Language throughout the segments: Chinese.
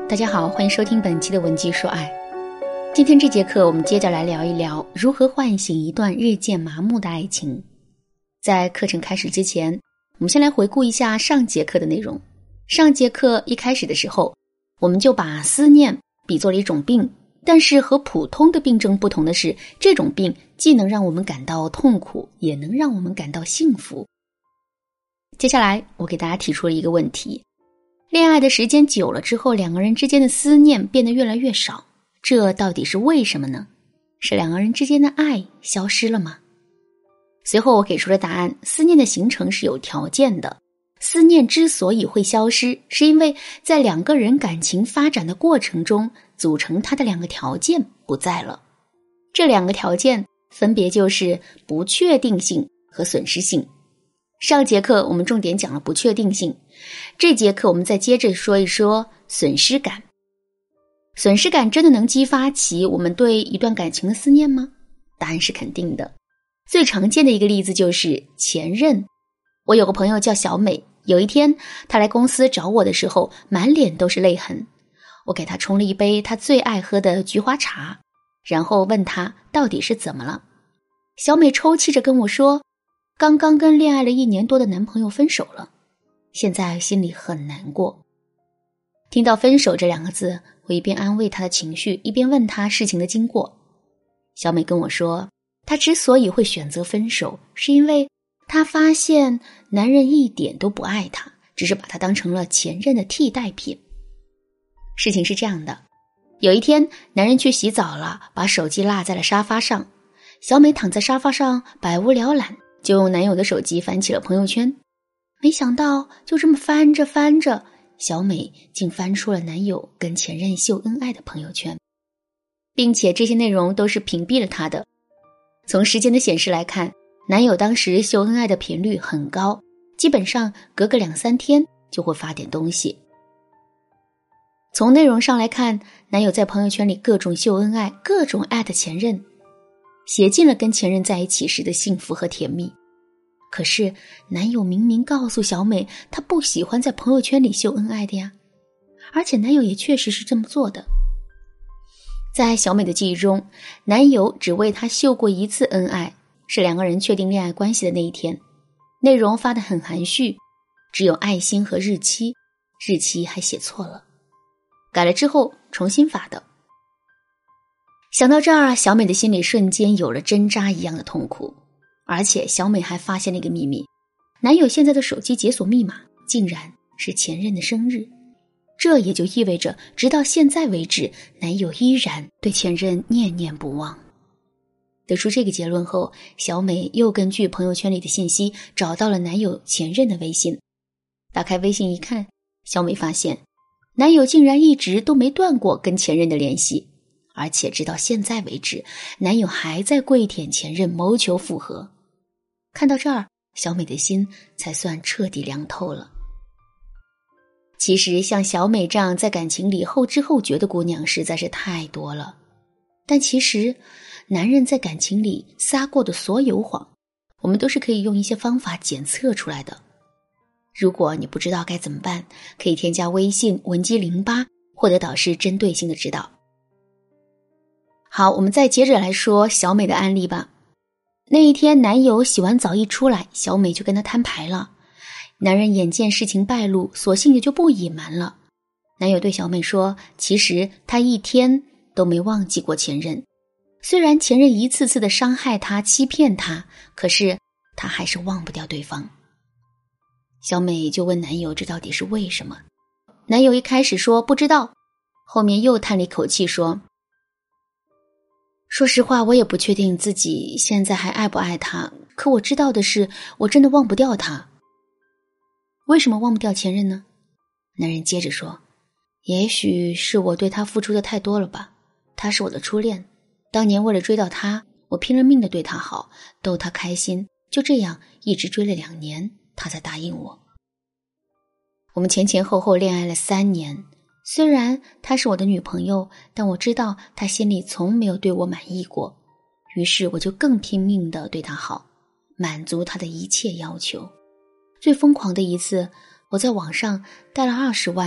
大家好，欢迎收听本期的文姬说爱。今天这节课我们接着来聊一聊如何唤醒一段日渐麻木的爱情。在课程开始之前，我们先来回顾一下上节课的内容。上节课一开始的时候，我们就把思念比作了一种病，但是和普通的病症不同的是，这种病既能让我们感到痛苦，也能让我们感到幸福。接下来我给大家提出了一个问题，恋爱的时间久了之后，两个人之间的思念变得越来越少，这到底是为什么呢？是两个人之间的爱消失了吗？随后我给出了答案，思念的形成是有条件的。思念之所以会消失，是因为在两个人感情发展的过程中，组成它的两个条件不在了。这两个条件分别就是不确定性和损失性。上节课我们重点讲了不确定性，这节课我们再接着说一说损失感。损失感真的能激发起我们对一段感情的思念吗？答案是肯定的。最常见的一个例子就是前任。我有个朋友叫小美，有一天她来公司找我的时候，满脸都是泪痕。我给她冲了一杯她最爱喝的菊花茶，然后问她到底是怎么了。小美抽泣着跟我说，刚刚跟恋爱了1年多的男朋友分手了，现在心里很难过。听到分手这2个字，我一边安慰她的情绪，一边问她事情的经过。小美跟我说，她之所以会选择分手，是因为她发现男人一点都不爱她，只是把她当成了前任的替代品。事情是这样的，有一天男人去洗澡了，把手机落在了沙发上，小美躺在沙发上百无聊赖，就用男友的手机翻起了朋友圈。没想到就这么翻着翻着，小美竟翻出了男友跟前任秀恩爱的朋友圈，并且这些内容都是屏蔽了她的。从时间的显示来看，男友当时秀恩爱的频率很高，基本上隔个2-3天就会发点东西。从内容上来看，男友在朋友圈里各种秀恩爱，各种艾特前任，写尽了跟前任在一起时的幸福和甜蜜。可是男友明明告诉小美，他不喜欢在朋友圈里秀恩爱的呀，而且男友也确实是这么做的。在小美的记忆中，男友只为她秀过1次恩爱，是2个人确定恋爱关系的那一天，内容发得很含蓄，只有爱心和日期，日期还写错了，改了之后重新发的。想到这儿，小美的心里瞬间有了针扎一样的痛苦。而且小美还发现了一个秘密，男友现在的手机解锁密码竟然是前任的生日，这也就意味着直到现在为止，男友依然对前任念念不忘。得出这个结论后，小美又根据朋友圈里的信息找到了男友前任的微信。打开微信一看，小美发现男友竟然一直都没断过跟前任的联系，而且直到现在为止，男友还在跪舔前任，谋求复合。看到这儿，小美的心才算彻底凉透了。其实像小美这样在感情里后知后觉的姑娘实在是太多了，但其实男人在感情里撒过的所有谎，我们都是可以用一些方法检测出来的。如果你不知道该怎么办，可以添加微信文姬08，获得导师针对性的指导。好，我们再接着来说小美的案例吧。那一天男友洗完澡一出来，小美就跟他摊牌了。男人眼见事情败露，索性也就不隐瞒了。男友对小美说，其实他一天都没忘记过前任，虽然前任一次次的伤害他，欺骗他，可是他还是忘不掉对方。小美就问男友，这到底是为什么？男友一开始说不知道，后面又叹了一口气说，说实话，我也不确定自己现在还爱不爱他，可我知道的是，我真的忘不掉他。为什么忘不掉前任呢？男人接着说，也许是我对他付出的太多了吧，他是我的初恋，当年为了追到他，我拼了命的对他好，逗他开心，就这样一直追了2年，他才答应我。我们前前后后恋爱了3年，虽然她是我的女朋友，但我知道她心里从没有对我满意过，于是我就更拼命地对她好，满足她的一切要求。最疯狂的一次，我在网上贷了20万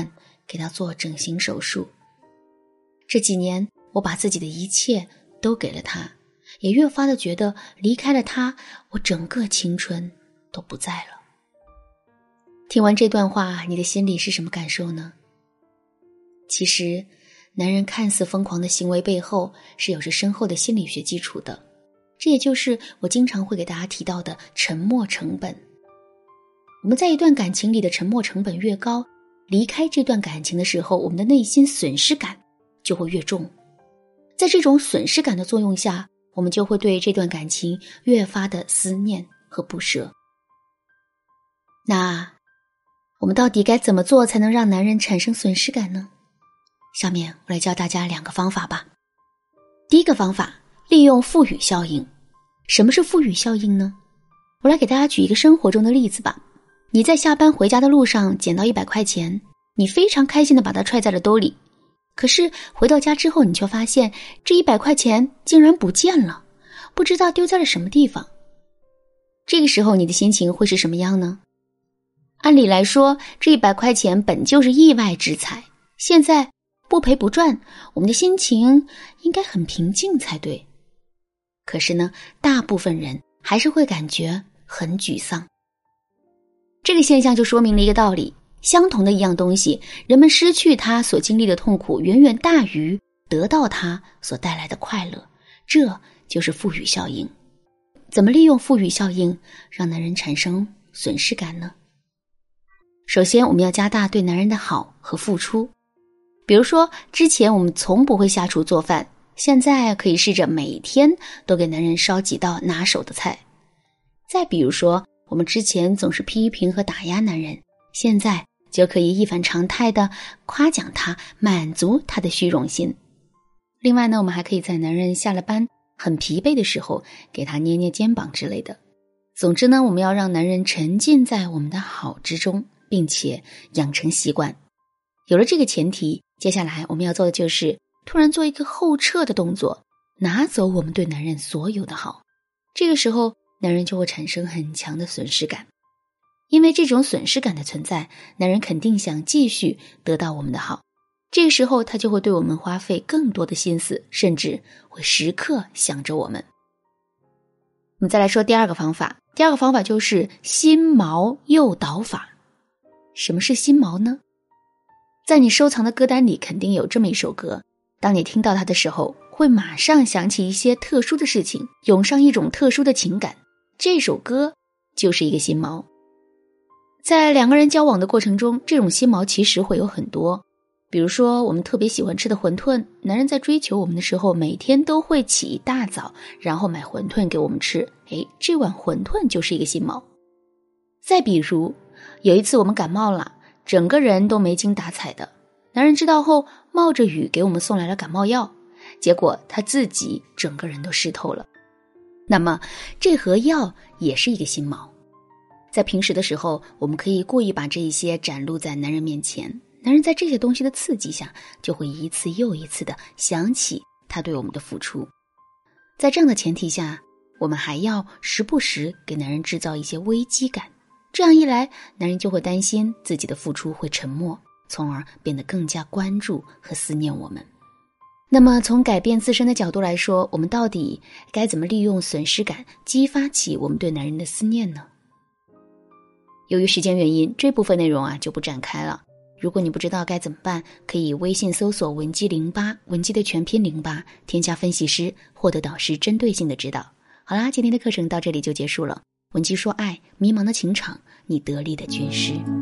给他做整形手术。这几年我把自己的一切都给了他，也越发的觉得离开了他，我整个青春都不在了。听完这段话，你的心里是什么感受呢？其实男人看似疯狂的行为背后是有着深厚的心理学基础的，这也就是我经常会给大家提到的沉没成本。我们在一段感情里的沉没成本越高，离开这段感情的时候，我们的内心损失感就会越重。在这种损失感的作用下，我们就会对这段感情越发的思念和不舍。那我们到底该怎么做才能让男人产生损失感呢？下面我来教大家2个方法吧。第一个方法，利用赋予效应。什么是赋予效应呢？我来给大家举一个生活中的例子吧。你在下班回家的路上捡到100块钱，你非常开心地把它揣在了兜里。可是回到家之后，你却发现这100块钱竟然不见了，不知道丢在了什么地方。这个时候你的心情会是什么样呢？按理来说，这100块钱本就是意外之财，现在不赔不赚，我们的心情应该很平静才对。可是呢，大部分人还是会感觉很沮丧。这个现象就说明了一个道理，相同的一样东西，人们失去它所经历的痛苦远远大于得到它所带来的快乐，这就是赋予效应。怎么利用赋予效应让男人产生损失感呢？首先，我们要加大对男人的好和付出。比如说，之前我们从不会下厨做饭，现在可以试着每天都给男人烧几道拿手的菜。再比如说，我们之前总是批评和打压男人，现在就可以一反常态的夸奖他，满足他的虚荣心。另外呢，我们还可以在男人下了班很疲惫的时候，给他捏捏肩膀之类的。总之呢，我们要让男人沉浸在我们的好之中，并且养成习惯。有了这个前提，接下来我们要做的就是突然做一个后撤的动作，拿走我们对男人所有的好。这个时候，男人就会产生很强的损失感。因为这种损失感的存在，男人肯定想继续得到我们的好。这个时候，他就会对我们花费更多的心思，甚至会时刻想着我们。我们再来说第2个方法。第2个方法就是心锚诱导法。什么是心锚呢？在你收藏的歌单里肯定有这么一首歌，当你听到它的时候，会马上想起一些特殊的事情，涌上一种特殊的情感。这首歌就是一个心锚。在2个人交往的过程中，这种心锚其实会有很多。比如说，我们特别喜欢吃的馄饨，男人在追求我们的时候，每天都会起一大早，然后买馄饨给我们吃。这碗馄饨就是一个心锚。再比如，有一次我们感冒了，整个人都没精打采的，男人知道后冒着雨给我们送来了感冒药，结果他自己整个人都湿透了。那么这盒药也是一个心锚。在平时的时候，我们可以故意把这一些展露在男人面前，男人在这些东西的刺激下，就会一次又一次的想起他对我们的付出。在这样的前提下，我们还要时不时给男人制造一些危机感，这样一来，男人就会担心自己的付出会沉没，从而变得更加关注和思念我们。那么从改变自身的角度来说，我们到底该怎么利用损失感激发起我们对男人的思念呢？由于时间原因，这部分内容就不展开了。如果你不知道该怎么办，可以微信搜索文姬08，文姬的全拼08，添加分析师，获得导师针对性的指导。好啦，今天的课程到这里就结束了。文姬说爱，迷茫的情场，你得力的军师。